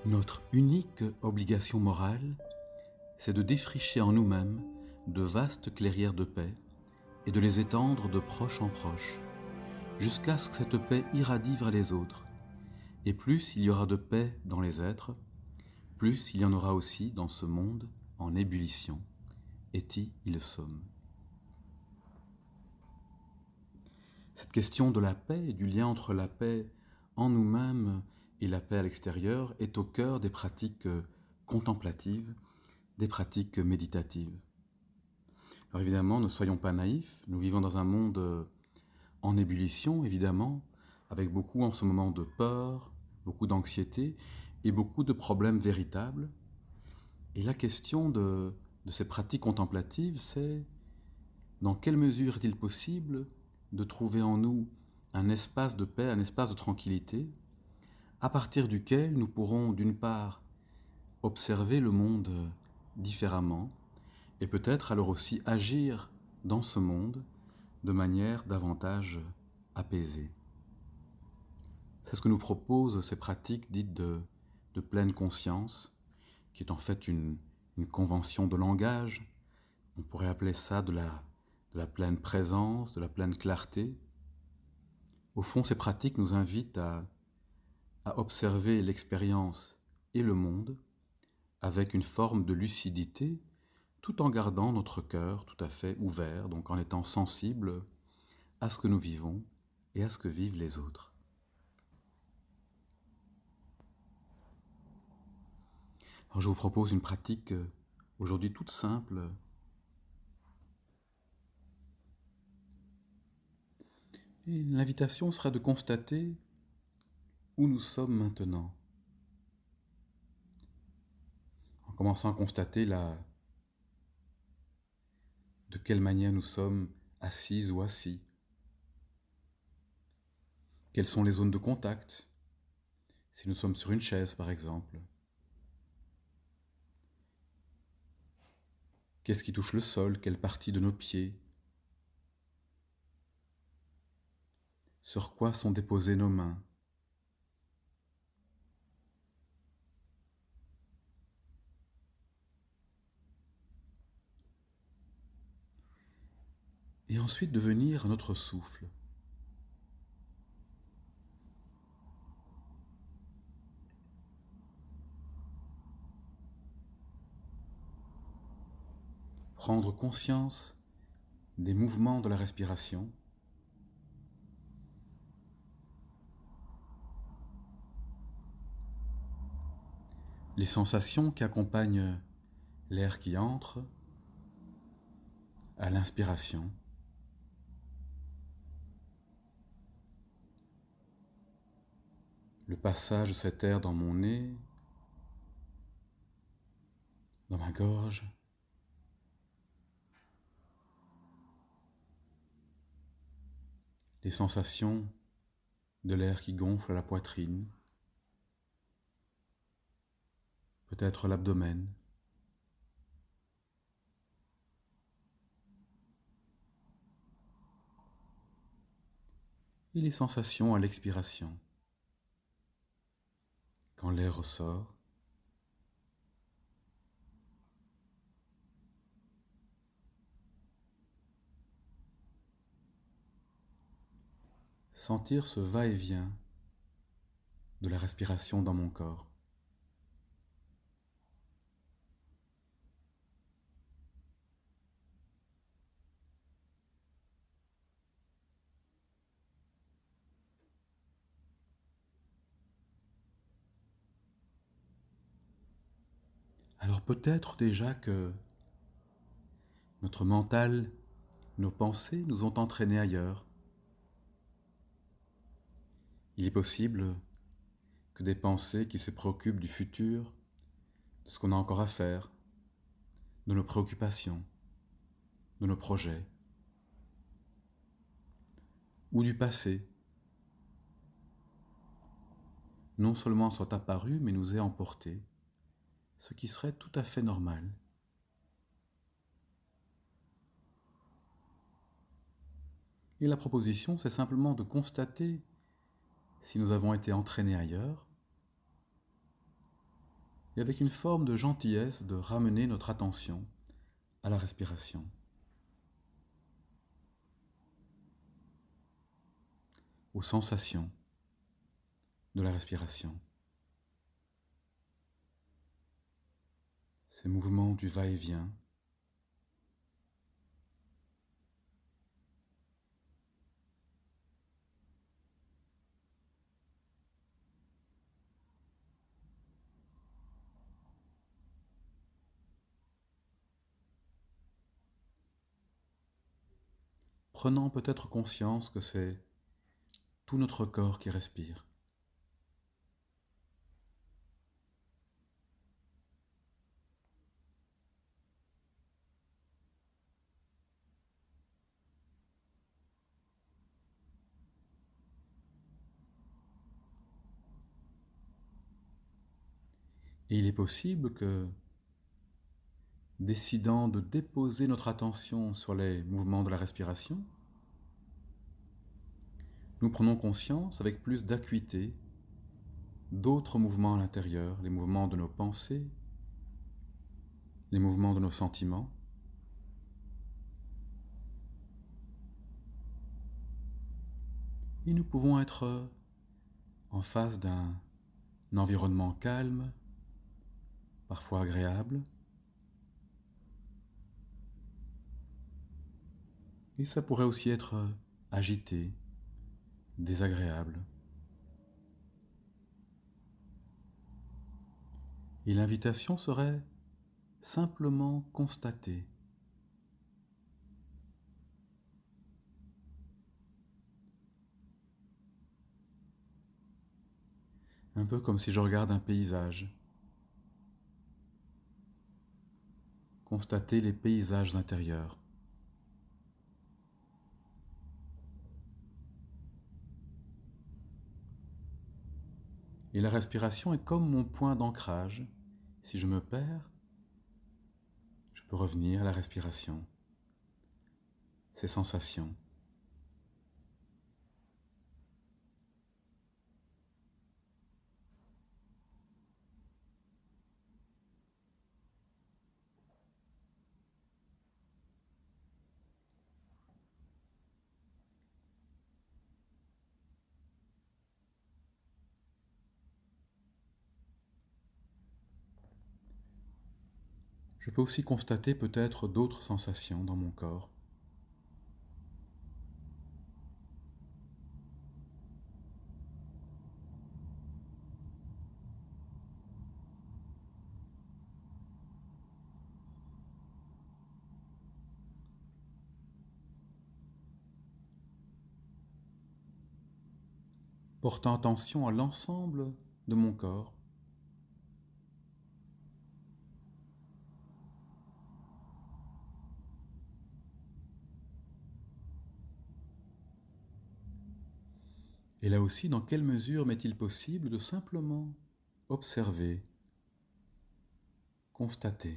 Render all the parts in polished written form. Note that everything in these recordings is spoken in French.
Notre unique obligation morale, c'est de défricher en nous-mêmes de vastes clairières de paix et de les étendre de proche en proche, jusqu'à ce que cette paix irradie vers les autres. Et plus il y aura de paix dans les êtres, plus il y en aura aussi dans ce monde en ébullition. Et ils sommes. Cette question de la paix et du lien entre la paix en nous-mêmes et la paix à l'extérieur est au cœur des pratiques contemplatives, des pratiques méditatives. Alors évidemment, ne soyons pas naïfs, nous vivons dans un monde en ébullition, évidemment, avec beaucoup en ce moment de peur, beaucoup d'anxiété et beaucoup de problèmes véritables. Et la question de ces pratiques contemplatives, c'est dans quelle mesure est-il possible de trouver en nous un espace de paix, un espace de tranquillité, à partir duquel nous pourrons d'une part observer le monde différemment et peut-être alors aussi agir dans ce monde de manière davantage apaisée. C'est ce que nous proposent ces pratiques dites de pleine conscience, qui est en fait une convention de langage. On pourrait appeler ça de la pleine présence, de la pleine clarté. Au fond, ces pratiques nous invitent à observer l'expérience et le monde avec une forme de lucidité, tout en gardant notre cœur tout à fait ouvert, donc en étant sensible à ce que nous vivons et à ce que vivent les autres. Alors je vous propose une pratique aujourd'hui toute simple. Et l'invitation sera de constater où nous sommes maintenant. En commençant à constater de quelle manière nous sommes assises ou assis. Quelles sont les zones de contact, si nous sommes sur une chaise par exemple. Qu'est-ce qui touche le sol, quelle partie de nos pieds? Sur quoi sont déposées nos mains? Et ensuite de venir à notre souffle. Prendre conscience des mouvements de la respiration, les sensations qui accompagnent l'air qui entre à l'inspiration, le passage de cet air dans mon nez, dans ma gorge, les sensations de l'air qui gonfle la poitrine, peut-être l'abdomen, et les sensations à l'expiration, quand l'air ressort. Sentir ce va-et-vient de la respiration dans mon corps. Alors peut-être déjà que notre mental, nos pensées nous ont entraînés ailleurs. Il est possible que des pensées qui se préoccupent du futur, de ce qu'on a encore à faire, de nos préoccupations, de nos projets, ou du passé, non seulement soient apparues, mais nous aient emportés, ce qui serait tout à fait normal. Et la proposition, c'est simplement de constater si nous avons été entraînés ailleurs, et avec une forme de gentillesse de ramener notre attention à la respiration, aux sensations de la respiration, ces mouvements du va-et-vient, prenant peut-être conscience que c'est tout notre corps qui respire. Et il est possible que, décidant de déposer notre attention sur les mouvements de la respiration, nous prenons conscience avec plus d'acuité d'autres mouvements à l'intérieur, les mouvements de nos pensées, les mouvements de nos sentiments. Et nous pouvons être en face d'un environnement calme, parfois agréable, et ça pourrait aussi être agité, désagréable. Et l'invitation serait simplement constater. Un peu comme si je regarde un paysage. Constater les paysages intérieurs. Et la respiration est comme mon point d'ancrage. Si je me perds, je peux revenir à la respiration, ces sensations. Je peux aussi constater peut-être d'autres sensations dans mon corps. Portant attention à l'ensemble de mon corps. Et là aussi, dans quelle mesure m'est-il possible de simplement observer, constater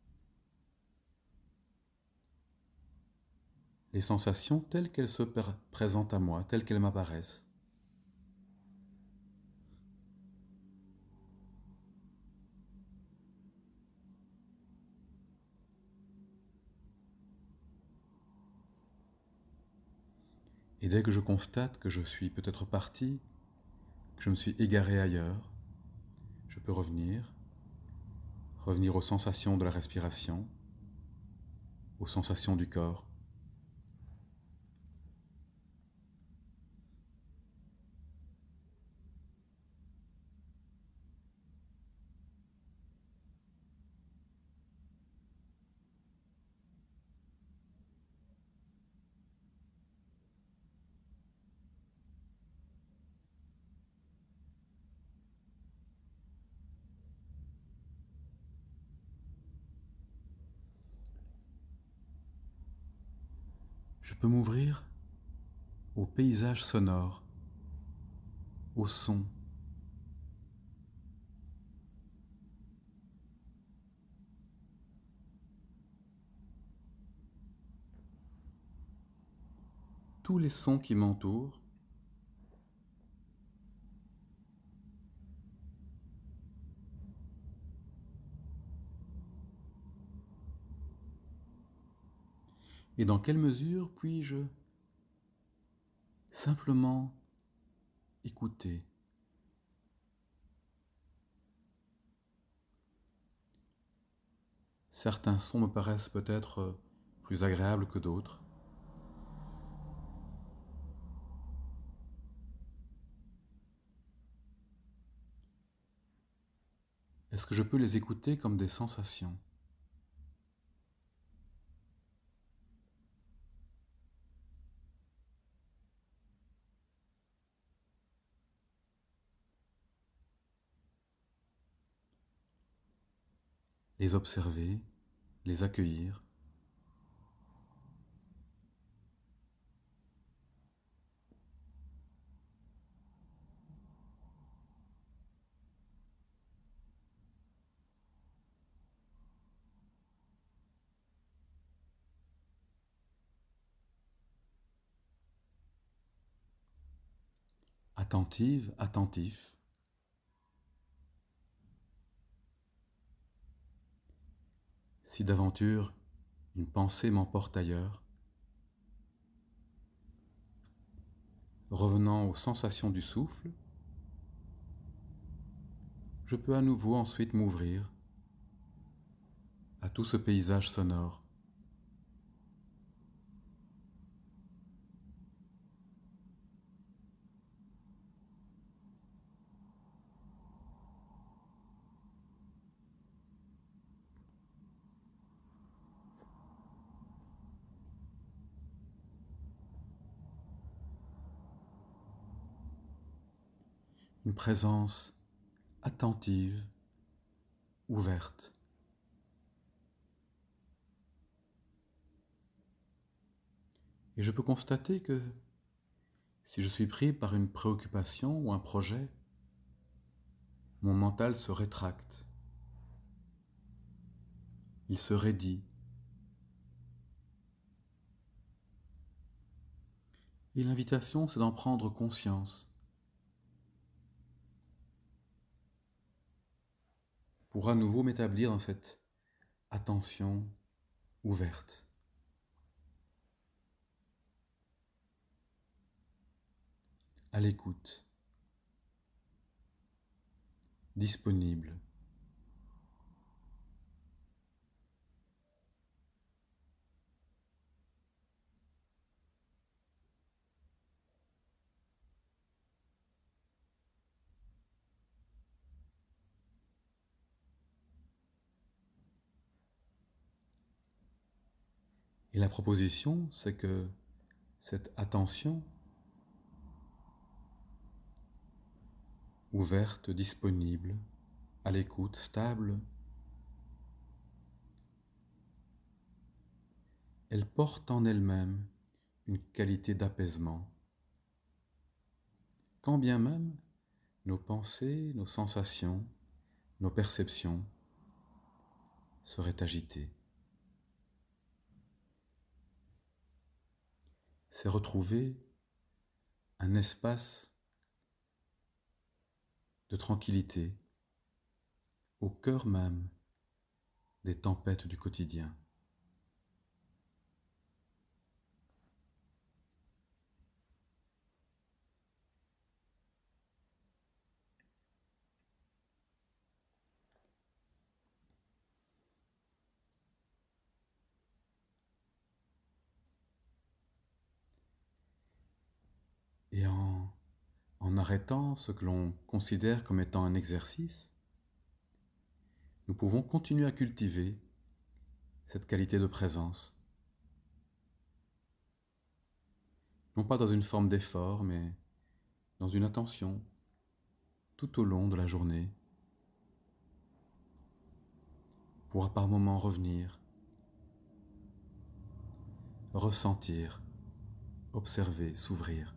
les sensations telles qu'elles se présentent à moi, telles qu'elles m'apparaissent. Et dès que je constate que je suis peut-être parti, que je me suis égaré ailleurs, je peux revenir aux sensations de la respiration, aux sensations du corps. Je peux m'ouvrir au paysage sonore, au son. Tous les sons qui m'entourent, Et dans quelle mesure puis-je simplement écouter? Certains sons me paraissent peut-être plus agréables que d'autres. Est-ce que je peux les écouter comme des sensations? Les observer, les accueillir. Attentive, attentif. Si d'aventure une pensée m'emporte ailleurs, revenant aux sensations du souffle, je peux à nouveau ensuite m'ouvrir à tout ce paysage sonore. Une présence attentive, ouverte. Et je peux constater que si je suis pris par une préoccupation ou un projet, mon mental se rétracte, il se raidit. Et l'invitation, c'est d'en prendre conscience pour à nouveau m'établir dans cette attention ouverte, à l'écoute, disponible. Et la proposition, c'est que cette attention ouverte, disponible, à l'écoute, stable, elle porte en elle-même une qualité d'apaisement. Quand bien même nos pensées, nos sensations, nos perceptions seraient agitées. C'est retrouver un espace de tranquillité au cœur même des tempêtes du quotidien. Et en arrêtant ce que l'on considère comme étant un exercice, nous pouvons continuer à cultiver cette qualité de présence. Non pas dans une forme d'effort, mais dans une attention tout au long de la journée, pour par moments revenir, ressentir, observer, s'ouvrir.